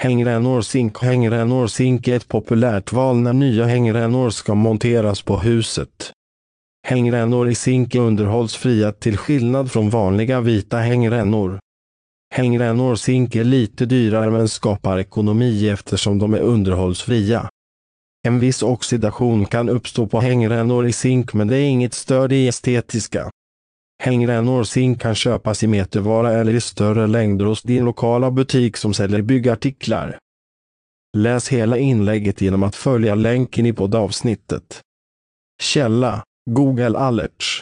Hängrännor zink är ett populärt val när nya hängrännor ska monteras på huset. Hängrännor i zink är underhållsfria till skillnad från vanliga vita hängrännor. Hängrännor zink är lite dyrare men skapar ekonomi eftersom de är underhållsfria. En viss oxidation kan uppstå på hängrännor i zink men det är inget större i estetiska. Hängrännor zink kan köpas i metervara eller i större längder hos din lokala butik som säljer byggartiklar. Läs hela inlägget genom att följa länken i poddavsnittet. Källa: Google Alerts.